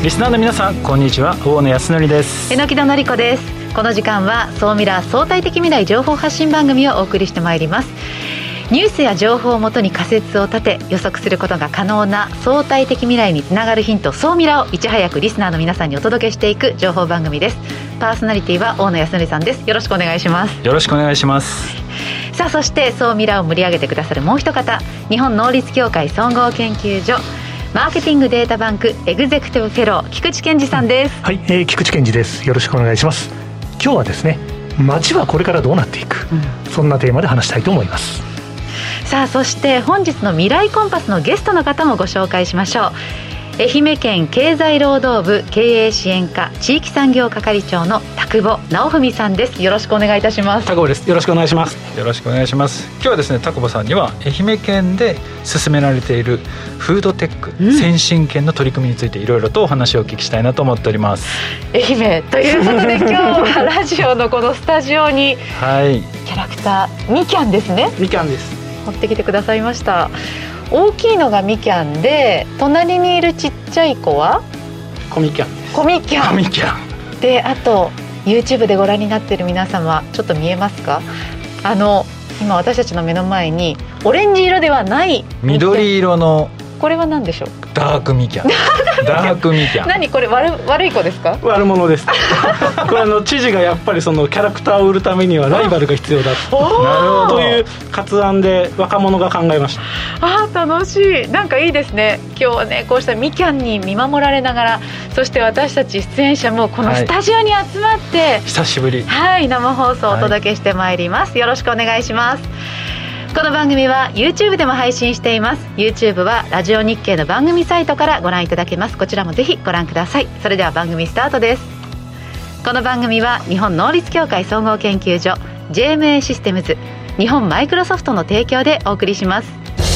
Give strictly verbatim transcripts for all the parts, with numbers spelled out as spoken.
リスナーの皆さんこんにちは、大野康則です。 榎木戸典子です。この時間は総ミラ相対的未来情報発信番組をお送りしてまいります。ニュースや情報をもとに仮説を立て予測することが可能な相対的未来につながるヒント、総ミラをいち早くリスナーの皆さんにお届けしていく情報番組です。パーソナリティは大野康則さんです。よろしくお願いします。 よろしくお願いします。 さあ、そして総ミラを盛り上げてくださるもう一方、日本能率協会総合研究所マーケティングデータバンクエグゼクティブフェロー、菊池健二さんです。 はい、えー、菊池健二です。よろしくお願いします。今日はですね、街はこれからどうなっていく、うん、そんなテーマで話したいと思います。 さあ、そして本日の未来コンパスのゲストの方もご紹介しましょう。愛媛県経済労働部経営支援課地域産業係長の田久保直文さんです。よろしくお願いいたします。 田久保です。よろしくお願いします。 よろしくお願いします。今日はですね、田久保さんには愛媛県で進められているフードテック、うん、先進権の取り組みについていろいろとお話をお聞きしたいなと思っております。 愛媛ということで今日はラジオのこのスタジオに、はい、キャラクターみきゃんですね。 みきゃんです。 持ってきてくださいました。大きいのがみきゃんで、隣にいるちっちゃい子はこみきゃんです。 こみきゃん。 こみきゃんで、あと YouTube でご覧になっている皆様、ちょっと見えますか？あの今私たちの目の前にオレンジ色ではない緑色の、 これは何でしょう？ ダークみきゃん。ダークみきゃん。 何これ、悪、悪い子ですか？ 悪者です。これあの知事がやっぱりそのキャラクターを売るためにはライバルが必要だという発案で若者が考えました。 あー、楽しい。なんかいいですね。今日はね、こうしたみきゃんに見守られながら、そして私たち出演者もこのスタジオに集まって、はい、 久しぶり、 はい、生放送をお届けしてまいります、はい、よろしくお願いします。この番組は YouTube でも配信しています。 YouTube はラジオ日経の番組サイトからご覧いただけます。こちらもぜひご覧ください。それでは番組スタートです。この番組は日本能率協会総合研究所 ジェーエムエー システムズ、日本マイクロソフトの提供でお送りします。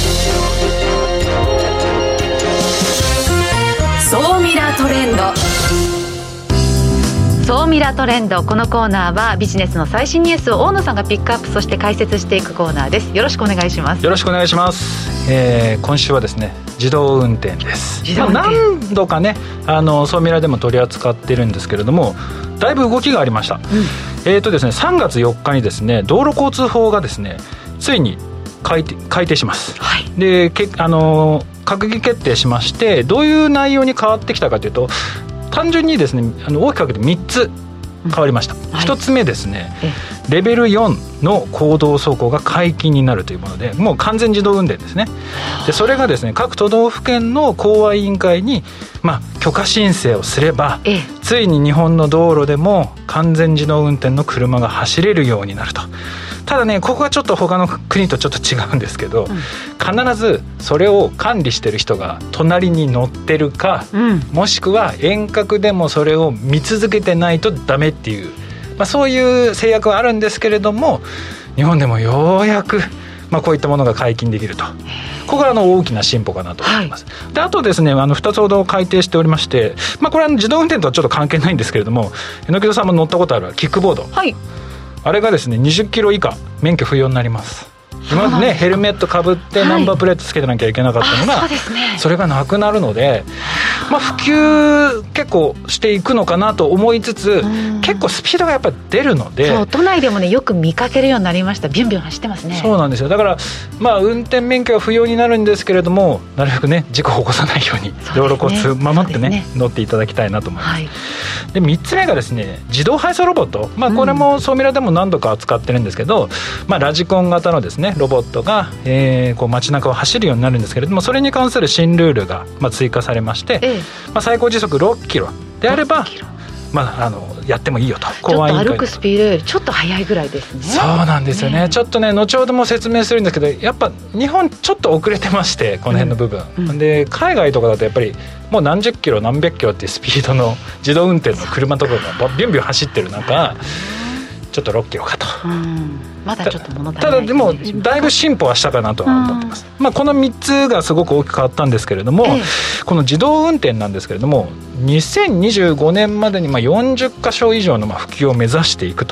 総ミラトレンド。総ミラトレンド、このコーナーはビジネスの最新ニュースを大野さんがピックアップ、そして解説していくコーナーです。よろしくお願いします。 よろしくお願いします。えー、今週はですね、自動運転です。まあ、何度かね、あの総ミラでも取り扱ってるんですけれども、だいぶ動きがありました。うん、えーとですね、さんがつよっかにですね、道路交通法がですね、ついに改定、改定します。はい、で、けあの閣議決定しまして、どういう内容に変わってきたかというと、単純にですね、あの大きく分けてみっつ変わりました。うん、はい、ひとつめですね、レベルよんの公道走行が解禁になるというもので、もう完全自動運転ですね。で、それがですね、各都道府県の公安委員会に、まあ、許可申請をすれば、ついに日本の道路でも完全自動運転の車が走れるようになると。ただね、ここはちょっと他の国とちょっと違うんですけど、うん、必ずそれを管理してる人が隣に乗ってるか、うん、もしくは遠隔でもそれを見続けてないとダメっていう、まあ、そういう制約はあるんですけれども、日本でもようやく、まあ、こういったものが解禁できると。ここがあの大きな進歩かなと思います。はい、で、あとですね、あのふたつほど改定しておりまして、まあ、これは自動運転とはちょっと関係ないんですけれども、榎木戸さんも乗ったことあるキックボード、はい、あれがですね、にじゅっキロ以下免許不要になります。今までね、ヘルメットかぶってナンバープレートつけてなきゃいけなかったのが、はい、 そ, うですね、それがなくなるので、まあ、普及結構していくのかなと思いつつ、結構スピードがやっぱり出るので、 そう、都内でもね、よく見かけるようになりました。ビュンビュン走ってますね。 そうなんですよ。だから、まあ、運転免許は不要になるんですけれども、なるべくね、事故を起こさないように道路交通守って ね, ね乗っていただきたいなと思います。はい、で、みっつめがですね、自動配送ロボット、まあ、これも総ミラでも何度か扱ってるんですけど、うん、まあ、ラジコン型のですね、ロボットが、えー、こう街中を走るようになるんですけれども、それに関する新ルールが、まあ、追加されまして、ええ、まあ、最高時速ろっキロであれば、まあ、あのやってもいいよと。 ちょっと歩くスピードよりちょっと速いぐらいですね。 そうなんですよね。ちょっとね、後ほども説明するんですけど、やっぱ日本ちょっと遅れてまして、この辺の部分、うんうん、で、海外とかだとやっぱりもう何十キロ何百キロっていうスピードの自動運転の車とかがビュンビュン走ってる中、ちょっとろっキロかと、うん、 まだちょっと物足りない。 ただでもだいぶ進歩はしたかなとは思ってます。まあ、このみっつがすごく大きく変わったんですけれども、ええ、この自動運転なんですけれども、にせんにじゅうごねんまでにまあよんじゅっかしょ以上のまあ普及を目指していくとい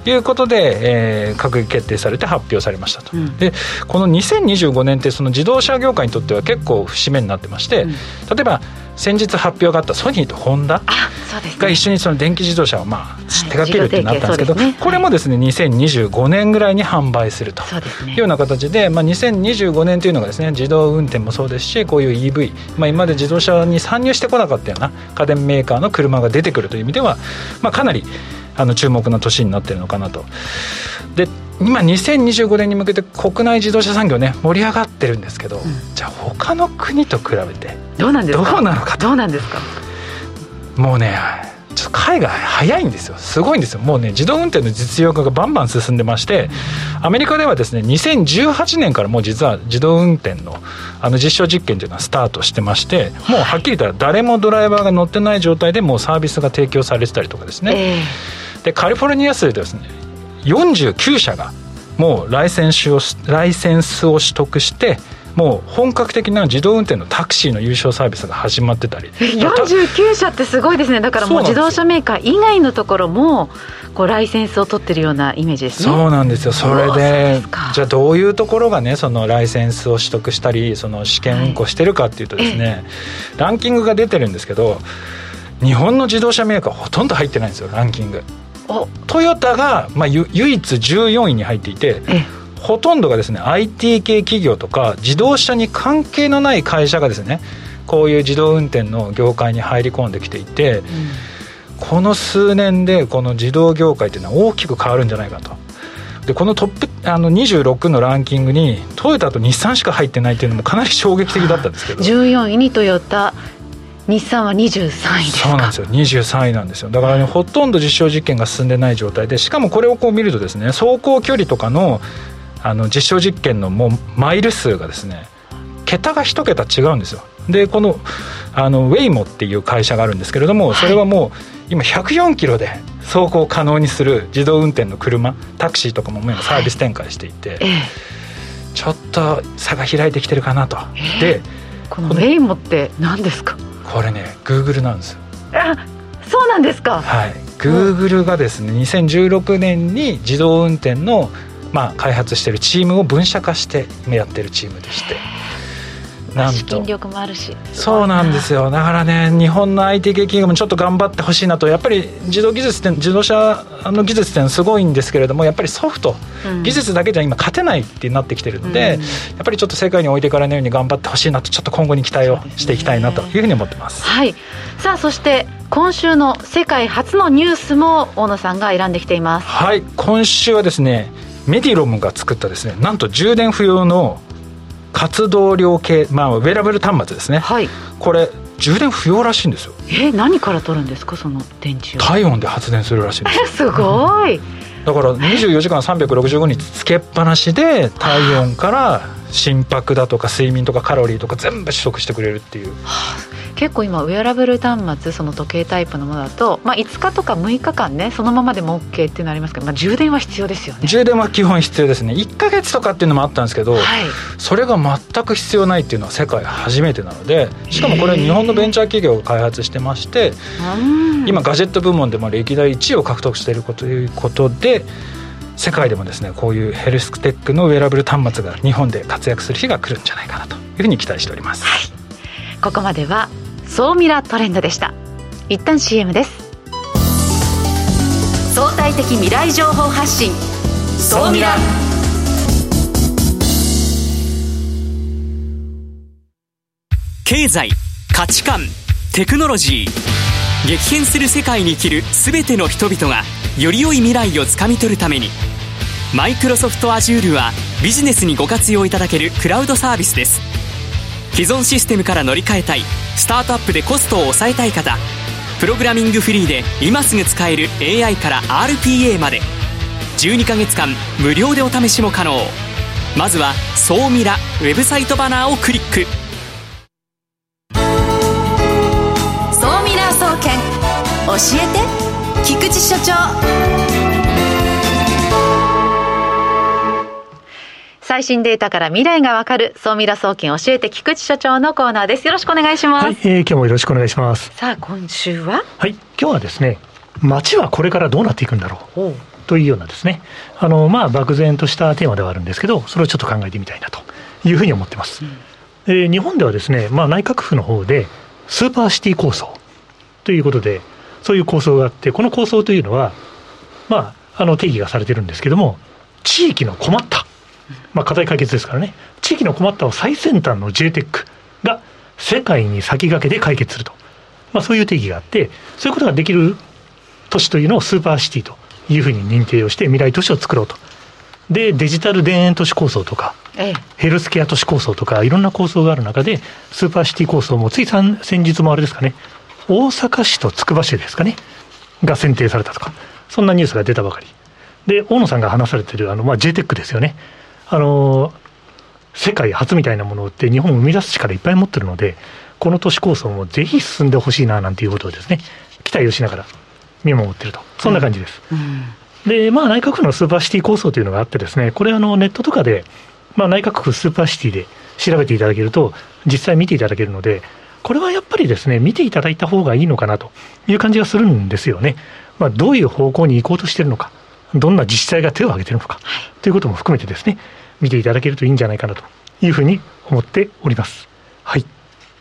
いうことで、えー、閣議決定されて発表されましたと、うん、でこのにせんにじゅうごねんってその自動車業界にとっては結構節目になってまして、うん、例えば先日発表があったソニーとホンダが一緒にその電気自動車をまあ手掛けるってなったんですけど、はいね、これもですねにせんにじゅうごねんぐらいに販売するというような形で、まあ、にせんにじゅうごねんというのがですね自動運転もそうですしこういう イーブイ、まあ、今まで自動車に参入してこなかったような家電メーカーの車が出てくるという意味では、まあ、かなりあの注目の年になっているのかなと。で今にせんにじゅうごねんに向けて国内自動車産業ね盛り上がってるんですけど、うん、じゃあ他の国と比べてどうなんですかどうなのかと。 どうなんですか。 もうねちょっと海外早いんですよ。すごいんですよ。もうね自動運転の実用化がバンバン進んでまして、うん、アメリカではですねにせんじゅうはちねんからもう実は自動運転のあの実証実験というのはスタートしてまして、もうはっきり言ったら誰もドライバーが乗ってない状態でもうサービスが提供されてたりとかですね、えー、でカリフォルニア州でですねよんじゅうきゅうしゃがもうライセンスをライセンスを取得してもう本格的な自動運転のタクシーの有償サービスが始まってたり。 よんじゅうきゅうしゃってすごいですね。だからもう自動車メーカー以外のところもこうライセンスを取ってるようなイメージですね。 そうなんですよ。それでじゃあどういうところがねそのライセンスを取得したりその試験運行してるかっていうとですね、はい、ランキングが出てるんですけど日本の自動車メーカーほとんど入ってないんですよランキング。トヨタが、まあ、唯一じゅうよんいに入っていてほとんどがですね アイティー 系企業とか自動車に関係のない会社がですねこういう自動運転の業界に入り込んできていて、うん、この数年でこの自動業界というのは大きく変わるんじゃないかと。でこのトップあのにじゅうろくのランキングにトヨタと日産しか入ってないっていうのもかなり衝撃的だったんですけどじゅうよんいにトヨタ日産はにじゅうさんいですか。 そうなんですよ。にじゅうさんいなんですよ。だから、ね、ほとんど実証実験が進んでない状態でしかもこれをこう見るとですね走行距離とかのあの実証実験のもうマイル数がですね桁が一桁違うんですよ。でこのあのウェイモっていう会社があるんですけれどもそれはもう今ひゃくよんキロで走行可能にする自動運転の車タクシーとかもサービス展開していて、はい、ちょっと差が開いてきてるかなと、えー、でこのウェイモって何ですか。 これね Google なんですよ。 あ、そうなんですか。 はい、Google がですねにせんじゅうろくねんに自動運転のまあ、開発しているチームを分社化してやっているチームでしてなんと資金力もあるしそうなんですよ。だからね日本の アイティー 系企業もちょっと頑張ってほしいなと。やっぱり自動技術って自動車の技術ってすごいんですけれどもやっぱりソフト、うん、技術だけじゃ今勝てないってなってきてるので、うん、やっぱりちょっと世界に置いていかれないように頑張ってほしいなとちょっと今後に期待をしていきたいなというふうに思ってます。 はい。さあそして今週の世界初のニュースも大野さんが選んできています。 はい。今週はですねメディロムが作ったですねなんと充電不要の活動量計、まあ、ウェアラブル端末ですね、はい、これ充電不要らしいんですよ。 え何から取るんですかその電池を。 体温で発電するらしいんですよ。 すごい。 だからにじゅうよじかんさんびゃくろくじゅうごにちつけっぱなしで体温から心拍だとか睡眠とかカロリーとか全部取得してくれるっていう、はあ、 結構今ウェアラブル端末その時計タイプのものだと、まあ、いつかとかむいかかんねそのままでも OK っていうのありますけど、まあ、充電は必要ですよね。 充電は基本必要ですね。いっかげつとかっていうのもあったんですけど、はい、それが全く必要ないっていうのは世界初めてなのでしかもこれ日本のベンチャー企業が開発してまして今ガジェット部門でも歴代いちいを獲得しているということで世界でもですねこういうヘルステックのウェアラブル端末が日本で活躍する日が来るんじゃないかなというふうに期待しております。はい、 ここまでは総ミラトレンドでした。一旦 シーエム です。相対的未来情報発信総ミラ。 経済、価値観、テクノロジー、激変する世界に生きるすべての人々がより良い未来をつかみ取るためにマイクロソフト Azure はビジネスにご活用いただけるクラウドサービスです。既存システムから乗り換えたい、スタートアップでコストを抑えたい方、プログラミングフリーで今すぐ使える エーアイ から アールピーエー までじゅうにかげつかん無料でお試しも可能。まずは総ミラウェブサイトバナーをクリック。 総ミラ総研教えて菊池所長。最新データから未来がわかる総ミラ総研教えて菊池所長のコーナーです。よろしくお願いします。 はい、えー、今日もよろしくお願いします。 さあ今週ははい今日はですね街はこれからどうなっていくんだろうというようなですね、あのまあ漠然としたテーマではあるんですけど、それをちょっと考えてみたいなというふうに思ってます。うん、えー、日本ではですね、まあ、内閣府の方でスーパーシティ構想ということで、そういう構想があって、この構想というのは、まあ、あの定義がされてるんですけども、地域の困った、まあ、課題解決ですからね、地域の困ったを最先端の ジェイテック が世界に先駆けて解決すると、まあ、そういう定義があって、そういうことができる都市というのをスーパーシティというふうに認定をして未来都市を作ろうと。でデジタル田園都市構想とか、ええ、ヘルスケア都市構想とかいろんな構想がある中で、スーパーシティ構想もつい先日もあれですかね、大阪市とつくば市ですかねが選定されたとか、そんなニュースが出たばかりで、大野さんが話されているあの、まあ、ジェイテック ですよね。あの世界初みたいなものって日本を生み出す力いっぱい持ってるので、この都市構想もぜひ進んでほしいななんていうことをですね、期待をしながら見守っていると、そんな感じです。うんうんでまあ、内閣府のスーパーシティ構想というのがあってですね、これあのネットとかで、まあ、内閣府スーパーシティで調べていただけると実際見ていただけるので、これはやっぱりですね見ていただいた方がいいのかなという感じがするんですよね。まあ、どういう方向に行こうとしているのか、どんな自治体が手を挙げているのかということも含めてですね、見ていただけるといいんじゃないかなというふうに思っております。はい。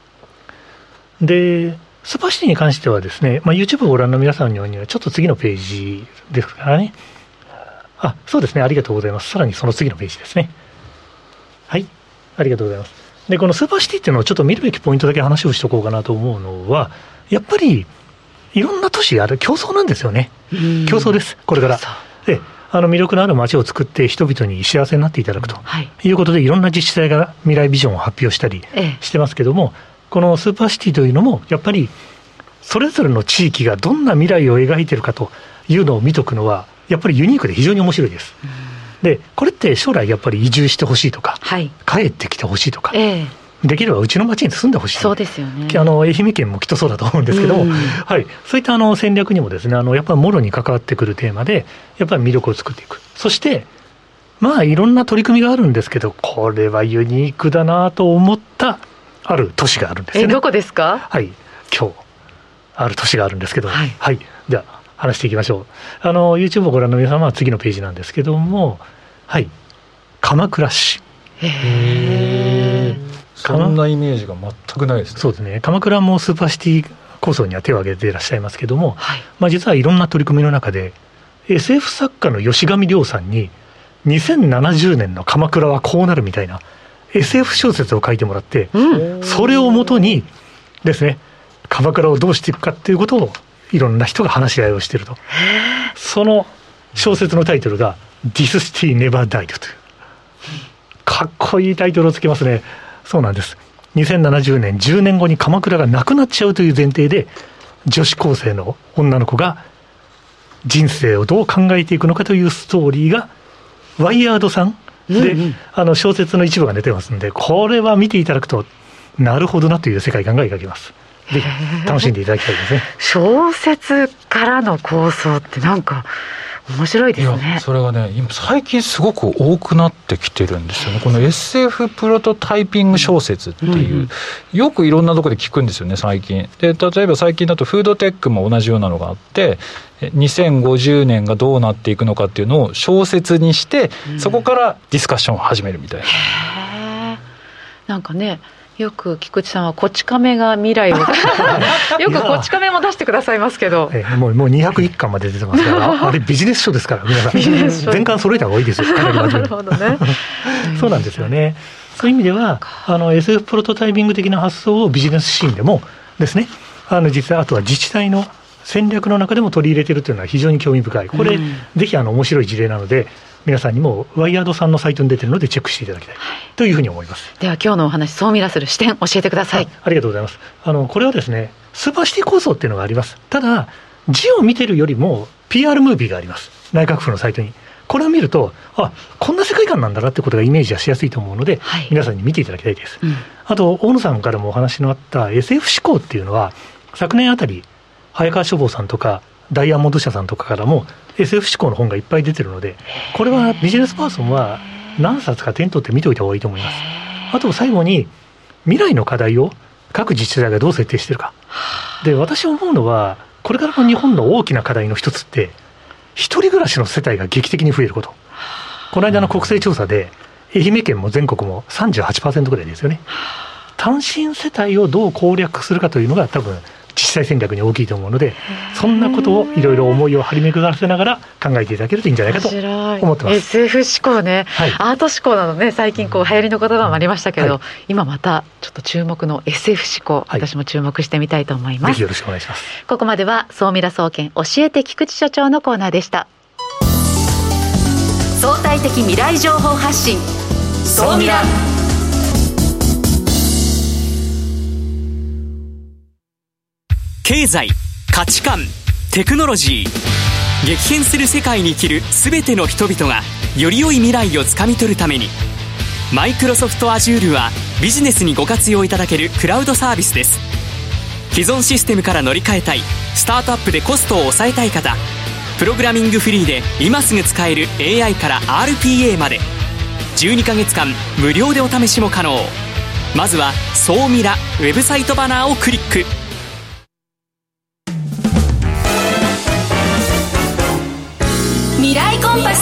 でスーパーシティに関してはですね、まあ、YouTube をご覧の皆さんにはちょっと次のページですからね。あ、そうですね、ありがとうございます。さらにその次のページですね。はい、ありがとうございます。でこのスーパーシティっていうのをちょっと見るべきポイントだけ話をしておこうかなと思うのは、やっぱりいろんな都市ある競争なんですよね。競争です、これから。であの魅力のある街を作って人々に幸せになっていただくと、はい、いうことでいろんな自治体が未来ビジョンを発表したりしてますけども、ええ、このスーパーシティというのもやっぱりそれぞれの地域がどんな未来を描いているかというのを見とくのはやっぱりユニークで非常に面白いです。でこれって将来やっぱり移住してほしいとか、はい、帰ってきてほしいとか、ええ、できればうちの町に住んでほしい。 そうですよね。 あの愛媛県もきっとそうだと思うんですけども、はい、そういったあの戦略にもですね、あのやっぱりもろに関わってくるテーマでやっぱり魅力を作っていく。そしてまあいろんな取り組みがあるんですけど、これはユニークだなと思ったある都市があるんですよね。 えどこですか？ はい、今日ある都市があるんですけど、はい、はい、じゃあ話していきましょう。あの YouTube をご覧の皆様は次のページなんですけども、はい、鎌倉市。 へー、そんなイメージが全くないですね。 そうですね、鎌倉もスーパーシティ構想には手を挙げていらっしゃいますけども、はい、まあ、実はいろんな取り組みの中で エスエフ 作家の吉上亮さんににせんななじゅうねんの鎌倉はこうなるみたいな エスエフ 小説を書いてもらって、うん、それをもとにですね、鎌倉をどうしていくかっていうことをいろんな人が話し合いをしていると。その小説のタイトルが This City Never Died というかっこいいタイトルをつけますね。そうなんです。にせんななじゅうねんじゅうねんごに鎌倉がなくなっちゃうという前提で、女子高生の女の子が人生をどう考えていくのかというストーリーがワイヤードさんで、うんうん、あの小説の一部が出てますんで、これは見ていただくとなるほどなという世界観が描けます。で楽しんでいただきたいですね。 小説からの構想ってなんか面白いですね。 いやそれがね、今最近すごく多くなってきてるんですよね。この エスエフ プロトタイピング小説っていう、うんうん、よくいろんなところで聞くんですよね最近で。例えば最近だとフードテックも同じようなのがあって、にせんごじゅうねんがどうなっていくのかっていうのを小説にして、うん、そこからディスカッションを始めるみたいな。 へー、なんかね、よく菊池さんはこち亀が未来をよくこち亀も出してくださいますけど、 えもうもうにひゃくいっかんまで出てますからあれビジネス書ですから皆さん全巻揃えた方がいいですよ。なるほどねそうなんですよね。そういう意味ではあの エスエフ プロトタイピング的な発想をビジネスシーンでもですね、あの実際あとは自治体の戦略の中でも取り入れているというのは非常に興味深い。これ、うん、ぜひあの面白い事例なので皆さんにもワイヤードさんのサイトに出ているのでチェックしていただきたいというふうに思います。 では今日のお話、総ミラする視点教えてください。 あ, ありがとうございます。あのこれはですね、スーパーシティ構想っていうのがあります。ただ字を見てるよりも ピーアール ムービーがあります、内閣府のサイトに。これを見ると、あ、こんな世界観なんだなってことがイメージはしやすいと思うので、はい、皆さんに見ていただきたいです、うん、あと大野さんからもお話のあった エスエフ 思考っていうのは昨年あたり早川書房さんとかダイヤモンド社さんとかからも エスエフ 思考の本がいっぱい出てるので、これはビジネスパーソンは何冊か手に取って見ておいた方がいいと思います。あと最後に未来の課題を各自治体がどう設定しているかで、私思うのはこれからの日本の大きな課題の一つって一人暮らしの世帯が劇的に増えること。この間の国勢調査で愛媛県も全国も さんじゅうはちパーセント ぐらいですよね。単身世帯をどう攻略するかというのが多分自治体戦略に大きいと思うので、そんなことをいろいろ思いを張り巡らせながら考えていただけるといいんじゃないかと思ってます。 エスエフ 思考ね、はい、アート思考などね、最近こう流行りの言葉もありましたけど、はい、今またちょっと注目の エスエフ 思考、はい、私も注目してみたいと思います。 ぜひよろしくお願いします。 ここまでは総ミラ総研教えて菊池所長のコーナーでした。相対的未来情報発信、総ミラ。 経済、価値観、テクノロジー、激変する世界に生きるすべての人々がより良い未来をつかみ取るために、マイクロソフト Azure はビジネスにご活用いただけるクラウドサービスです。既存システムから乗り換えたい、スタートアップでコストを抑えたい方、プログラミングフリーで今すぐ使える エーアイ から アールピーエー までじゅうにかげつかん無料でお試しも可能。まずは総ミラウェブサイトバナーをクリック。 未来コンパス。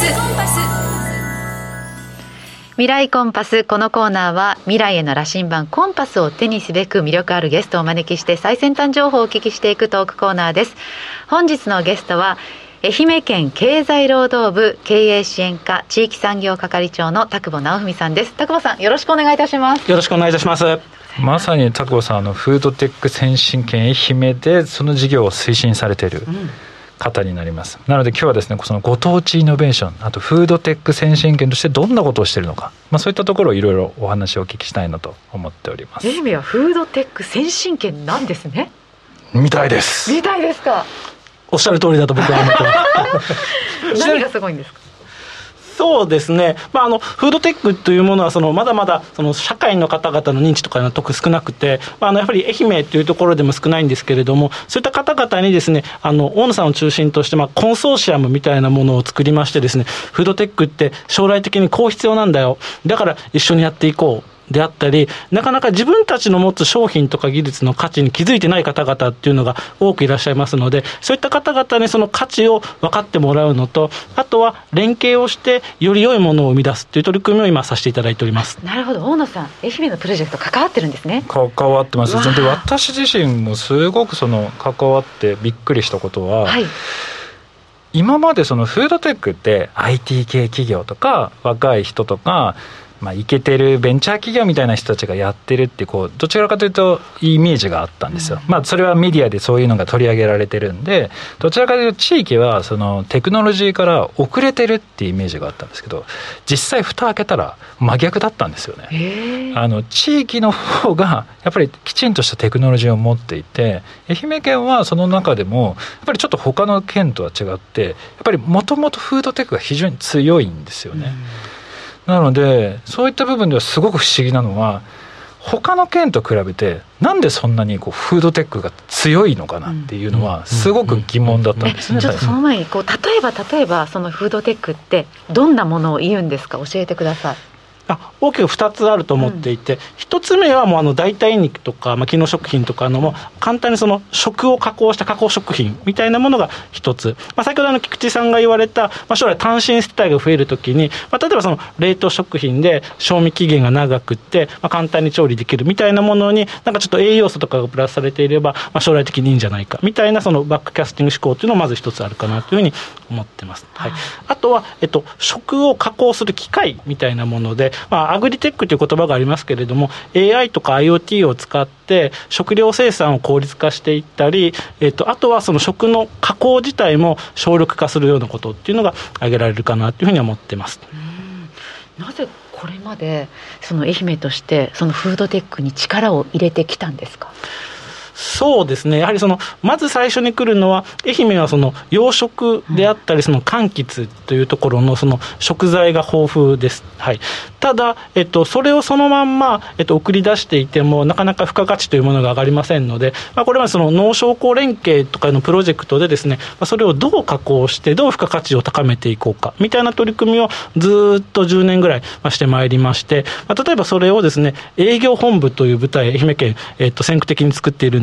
未来コンパス。このコーナーは未来への羅針盤コンパスを手にすべく魅力あるゲストをお招きして最先端情報をお聞きしていくトークコーナーです。本日のゲストは愛媛県経済労働部経営支援課地域産業係長の田久保直文さんです。田久保さん、よろしくお願いいたします。 よろしくお願いいたします。 まさに田久保さん、あのフードテック先進権愛媛でその事業を推進されている、うん方になります。なので今日はですね、そのご当地イノベーション、あとフードテック先進権としてどんなことをしているのか、まあ、そういったところをいろいろお話をお聞きしたいなと思っております。 愛媛はフードテック先進権なんですね。 みたいです。 みたいですか。 おっしゃる通りだと僕は思ってます何がすごいんですか。 そうですね、まあ、あのフードテックというものはそのまだまだその社会の方々の認知とかのとこ少なくて、まあ、あのやっぱり愛媛というところでも少ないんですけれども、そういった方々にですね、あの大野さんを中心として、まあ、コンソーシアムみたいなものを作りましてですね、フードテックって将来的にこう必要なんだよ、だから一緒にやっていこうであったり、なかなか自分たちの持つ商品とか技術の価値に気づいてない方々っていうのが多くいらっしゃいますので、そういった方々にその価値を分かってもらうのと、あとは連携をしてより良いものを生み出すっていう取り組みを今させていただいております。 なるほど、大野さん、愛媛のプロジェクト関わってるんですね。 関わってます。で私自身もすごくその関わってびっくりしたことは、はい、今までそのフードテックって アイティー 系企業とか若い人とか、まあ、イケてるベンチャー企業みたいな人たちがやってるって、こうどちらかというとイメージがあったんですよ、うん、まあ、それはメディアでそういうのが取り上げられてるんで、どちらかというと地域はそのテクノロジーから遅れてるっていうイメージがあったんですけど、実際蓋開けたら真逆だったんですよね。あの地域の方がやっぱりきちんとしたテクノロジーを持っていて、愛媛県はその中でもやっぱりちょっと他の県とは違って、やっぱりもともとフードテックが非常に強いんですよね、うん、なのでそういった部分ではすごく不思議なのは、他の県と比べてなんでそんなにこうフードテックが強いのかなっていうのはすごく疑問だったんですね。 ちょっとその前にこう例えば例えばそのフードテックってどんなものを言うんですか、教えてください。 あ大きくふたつあると思っていて、うん、ひとつめはもうあの代替肉とか、まあ、機能食品とかのも簡単にその食を加工した加工食品みたいなものがひとつ、まあ、先ほどあの菊池さんが言われた、まあ、将来単身世帯が増えるときに、まあ、例えばその冷凍食品で賞味期限が長くって、まあ、簡単に調理できるみたいなものになんかちょっと栄養素とかがプラスされていれば、まあ、将来的にいいんじゃないかみたいなそのバックキャスティング思考というのがまずひとつあるかなというふうに思ってます、はい、あとは、えっと、食を加工する機械みたいなもので、まあ、アグリテックという言葉がありますけれども、 エーアイ とか IoT を使って食料生産を効率化していったり、えっと、あとはその食の加工自体も省力化するようなことっていうのが挙げられるかなというふうに思ってます。 うん、なぜこれまでその愛媛としてそのフードテックに力を入れてきたんですか。 そうですね、やはりそのまず最初に来るのは、愛媛はその養殖であったりその柑橘というところのその食材が豊富です、はい、ただ、えっと、それをそのまんま、えっと、送り出していてもなかなか付加価値というものが上がりませんので、まあ、これはその農商工連携とかのプロジェクトでですね、まあ、それをどう加工してどう付加価値を高めていこうかみたいな取り組みをずっとじゅうねんぐらいしてまいりまして、まあ、例えばそれをですね、営業本部という部隊愛媛県、えっと、先駆的に作っているん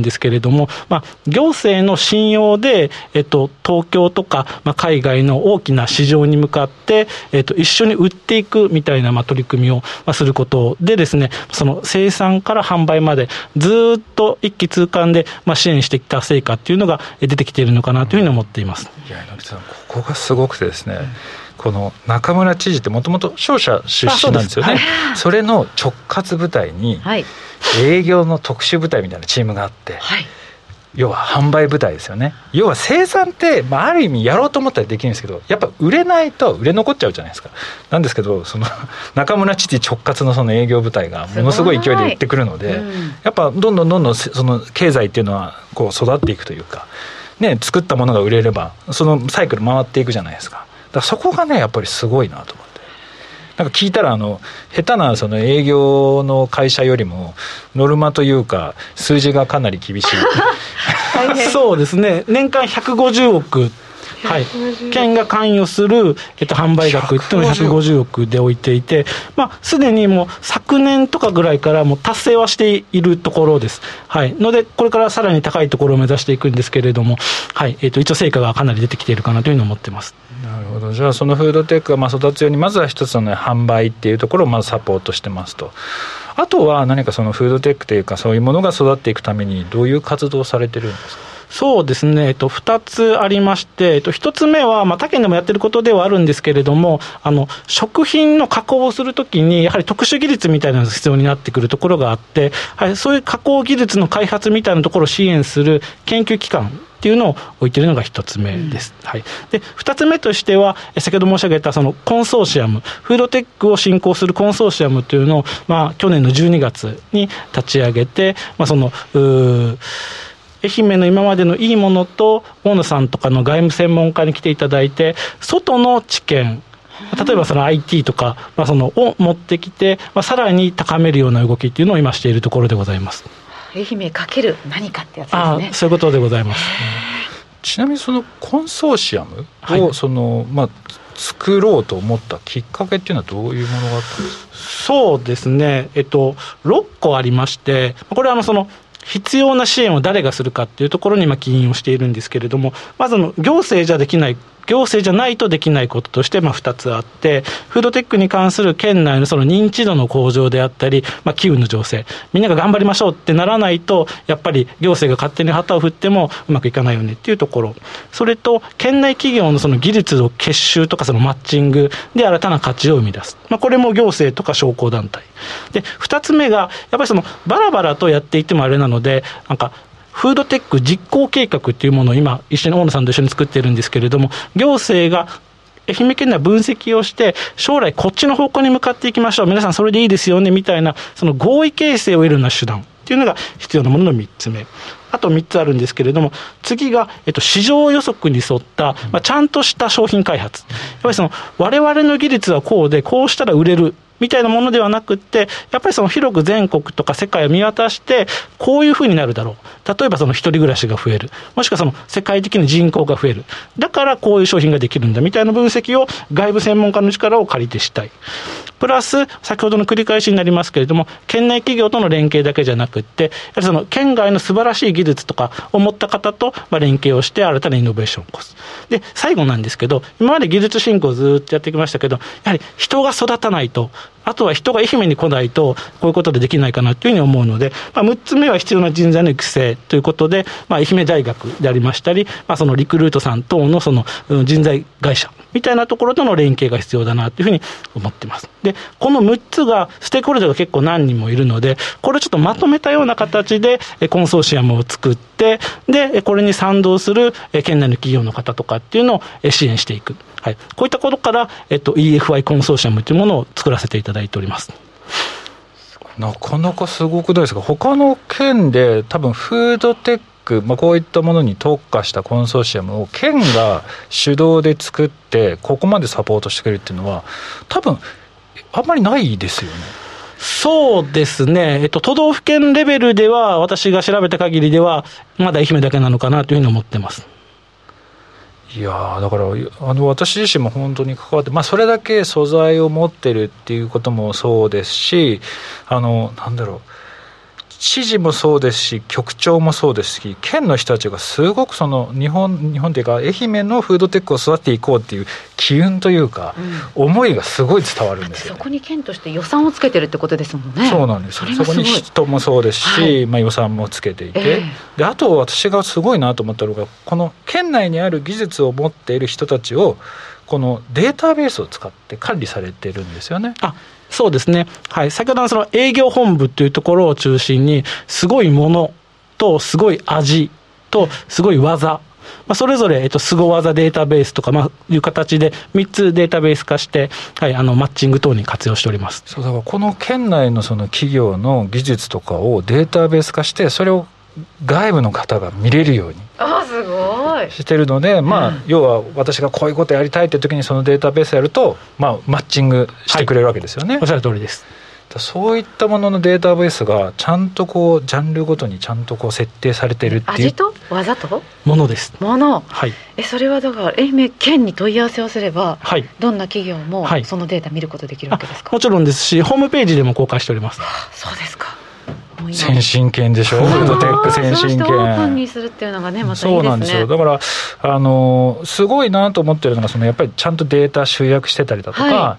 ですけれども、まあ、行政の信用で、えっと、東京とか、まあ、海外の大きな市場に向かって、えっと、一緒に売っていくみたいな、まあ、取り組みを、まあ、することでですね、その生産から販売までずっと一気通貫で、まあ、支援してきた成果っていうのが出てきているのかなというふうに思っています。 いや、野口さん、ここがすごくてですね、うん、この中村知事ってもともと商社出身なんですよね。 そ, はい、それの直轄部隊に営業の特殊部隊みたいなチームがあって、はい、要は販売部隊ですよね。要は生産って、まあ、ある意味やろうと思ったらできるんですけど、やっぱ売れないと売れ残っちゃうじゃないですか。なんですけど、その中村知事直轄のその営業部隊がものすごい勢いで売ってくるので、うん、やっぱどんどんどんどんその経済っていうのはこう育っていくというか、ね、作ったものが売れればそのサイクル回っていくじゃないですか。だからそこがねやっぱりすごいなと思って、なんか聞いたらあの下手なその営業の会社よりもノルマというか数字がかなり厳しいそうですね、年間ひゃくごじゅうおく、はい、県が関与する、えっと、販売額っていうのをひゃくごじゅうおくで置いていて、まあ、すでにもう昨年とかぐらいからもう達成はしているところです、はい、のでこれからさらに高いところを目指していくんですけれども、はい、えっと、一応成果がかなり出てきているかなというふうに思ってます。 なるほど。じゃあそのフードテックがまあ育つようにまずは一つの、ね、販売っていうところをまずサポートしてますと。あとは何かそのフードテックというかそういうものが育っていくためにどういう活動をされてるんですか？ そうですね、えっと、ふたつありまして、えっと、ひとつめは、まあ、他県でもやってることではあるんですけれども、あの食品の加工をするときにやはり特殊技術みたいなのが必要になってくるところがあって、はい、そういう加工技術の開発みたいなところを支援する研究機関っていうのを置いているのが一つ目です、うん、はい、で二つ目としては先ほど申し上げたそのコンソーシアム、フードテックを振興するコンソーシアムというのを、まあ、去年のじゅうにがつに立ち上げて、まあ、そのうー愛媛の今までのいいものと大野さんとかの外務専門家に来ていただいて、外の知見、例えばその アイティー とか、まあ、そのを持ってきて、まあ、さらに高めるような動きっていうのを今しているところでございます。 愛媛かける何かってやつですね。 あ、そういうことでございます。 ちなみにそのコンソーシアムを、はい、そのまあ作ろうと思ったきっかけっていうのはどういうものがあったんですか？ そうですね、えっと、ろっこありまして、これはあのその必要な支援を誰がするかっていうところに今起因をしているんですけれども、まずの行政じゃできない行政じゃないとできないこととしてまあふたつあって、フードテックに関する県内のその認知度の向上であったり、まあ、機運の醸成、みんなが頑張りましょうってならないとやっぱり行政が勝手に旗を振ってもうまくいかないよねっていうところ、それと県内企業のその技術を結集とかそのマッチングで新たな価値を生み出す、まあ、これも行政とか商工団体で、ふたつめがやっぱりそのバラバラとやっていてもあれなので、なんかフードテック実行計画っていうものを今一緒に大野さんと一緒に作ってるんですけれども、行政が愛媛県内は分析をして将来こっちの方向に向かっていきましょう、皆さんそれでいいですよねみたいなその合意形成を得るような手段っていうのが必要なもののみっつめ、あとみっつあるんですけれども、次が、えっと、市場予測に沿った、まあ、ちゃんとした商品開発、やっぱりその我々の技術はこうでこうしたら売れるみたいなものではなくって、やっぱりその広く全国とか世界を見渡してこういうふうになるだろう、例えばその一人暮らしが増える、もしくはその世界的に人口が増える、だからこういう商品ができるんだみたいな分析を外部専門家の力を借りてしたい。プラス先ほどの繰り返しになりますけれども、県内企業との連携だけじゃなくって、やはりその県外の素晴らしい技術とかを持った方とまあ連携をして新たなイノベーションを起こす。で最後なんですけど、今まで技術振興をずっとやってきましたけど、やはり人が育たないと、あとは人が愛媛に来ないとこういうことでできないかなというふうに思うので、まあ、むっつめは必要な人材の育成ということで、まあ、愛媛大学でありましたり、まあ、そのリクルートさん等のその人材会社みたいなところとの連携が必要だなというふうに思っています。でこのむっつがステークホルダーが結構何人もいるので、これをちょっとまとめたような形でコンソーシアムを作って、でこれに賛同する県内の企業の方とかっていうのを支援していく、はい、こういったことから、えっと、イーエフアイ コンソーシアムというものを作らせていただいております。 なかなかすごくないですか？他の県で多分フードテック、まあ、こういったものに特化したコンソーシアムを県が主導で作ってここまでサポートしてくれるっていうのは多分あんまりないですよね。 そうですね、えっと、都道府県レベルでは私が調べた限りではまだ愛媛だけなのかなというふうに思ってます。 いやだからあの私自身も本当に関わって、まあ、それだけ素材を持ってるっていうこともそうですし、あのなんだろう、 知事もそうですし局長もそうですし県の人たちがすごくその日本日本というか愛媛のフードテックを育てていこうっていう機運というか、うん、思いがすごい伝わるんですよね。 そこに県として予算をつけてるってことですもんね。 そうなんですよ。 そ, そこに人もそうですし、はいまあ、予算もつけていて、えー、であと私がすごいなと思ったのがこの県内にある技術を持っている人たちをこのデータベースを使って管理されてるんですよね。 あそうですね、はい、先ほどのその営業本部というところを中心にすごいものとすごい味とすごい技、まあ、それぞれ、えっと、すご技データベースとか、まあ、いう形でみっつデータベース化して、はい、あのマッチング等に活用しております。 そうだからこの県内のその企業の技術とかをデータベース化してそれを外部の方が見れるようにあすごいしてるので、まあうん、要は私がこういうことやりたいって時にそのデータベースやると、まあ、マッチングしてくれるわけですよね、 はい、おっしゃる通りです。 そういったもののデータベースがちゃんとこうジャンルごとにちゃんとこう設定されてるっていう味と技とものですもの、 はい、 えそれはだから愛媛県に問い合わせをすれば、はい、どんな企業もはいそのデータ見ることできるわけですか。 もちろんですしホームページでも公開しております。 そうですか。 先進権でしょ。フードテック先進権。 そうしてオープンにするっていうのがねまたいいですね。 そうなんですよ。だからあのすごいなと思ってるのがそのやっぱりちゃんとデータ集約してたりだとか、はい、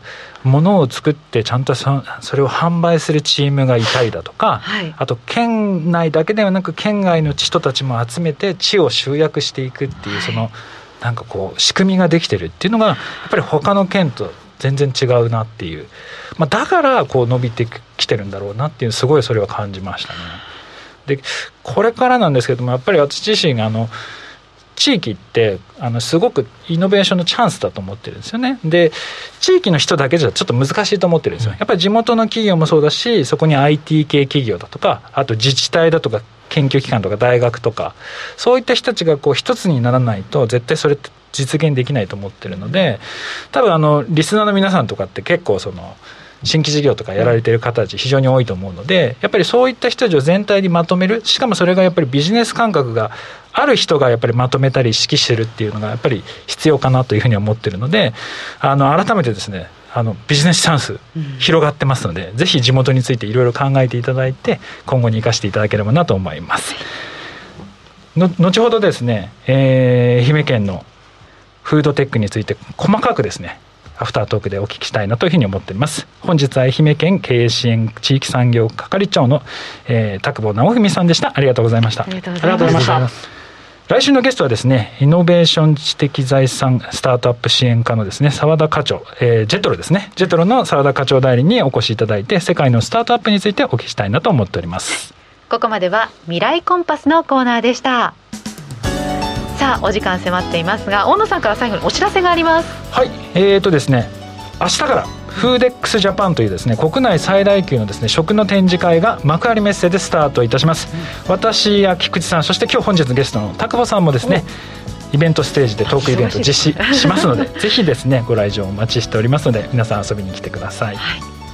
物を作ってちゃんと そ, それを販売するチームがいたりだとか、はい、あと県内だけではなく県外の人たちも集めて地を集約していくっていうその、はい、なんかこう仕組みができてるっていうのがやっぱり他の県と全然違うなっていう、まあ、だからこう伸びてきてるんだろうなっていうすごいそれは感じましたね。でこれからなんですけどもやっぱり私自身あの地域ってあのすごくイノベーションのチャンスだと思ってるんですよね。で地域の人だけじゃちょっと難しいと思ってるんですよ。やっぱり地元の企業もそうだしそこに アイティー 系企業だとかあと自治体だとか研究機関とか大学とかそういった人たちがこう一つにならないと絶対それって実現できないと思ってるので多分あのリスナーの皆さんとかって結構その新規事業とかやられている方たち非常に多いと思うのでやっぱりそういった人たちを全体にまとめるしかもそれがやっぱりビジネス感覚がある人がやっぱりまとめたり指揮してるっていうのがやっぱり必要かなというふうに思ってるのであの改めてですねあのビジネスチャンス広がってますので、うん、ぜひ地元についていろいろ考えていただいて今後に生かしていただければなと思います。の後ほどですね、えー、愛媛県のフードテックについて細かくですねアフタートークでお聞きしたいなというふうに思っています。本日は愛媛県経営支援地域産業係長の、えー、田久保直文さんでした。ありがとうございました。ありがとうございました。 来週のゲストはですねイノベーション知的財産スタートアップ支援課のですね澤田課長、えー、ジェトロですねジェトロの澤田課長代理にお越しいただいて世界のスタートアップについてお聞きしたいなと思っております。 ここまでは未来コンパスのコーナーでした。さあお時間迫っていますが大野さんから最後にお知らせがあります。 はいえーとですね明日からフーデックスジャパンというですね国内最大級のですね食の展示会が幕張メッセでスタートいたします、うん、私や菊池さんそして今日本日のゲストの田久保さんもですねイベントステージでトークイベント実施しますのでぜひですねご来場お待ちしておりますので皆さん遊びに来てください、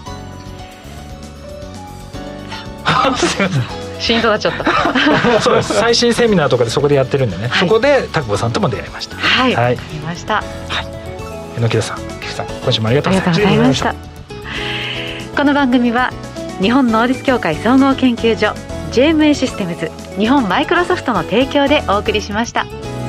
はい、すいませんシーンとなっちゃったそうです最新セミナーとかでそこでやってるんでね、はい、そこで田久保さんとも出会いましたはい、はい、見ました、はい、 榎木田さん菊池さん今週もありがとうございました。 この番組は日本能力協会総合研究所 ジェーエムエー システムズ日本マイクロソフトの提供でお送りしました。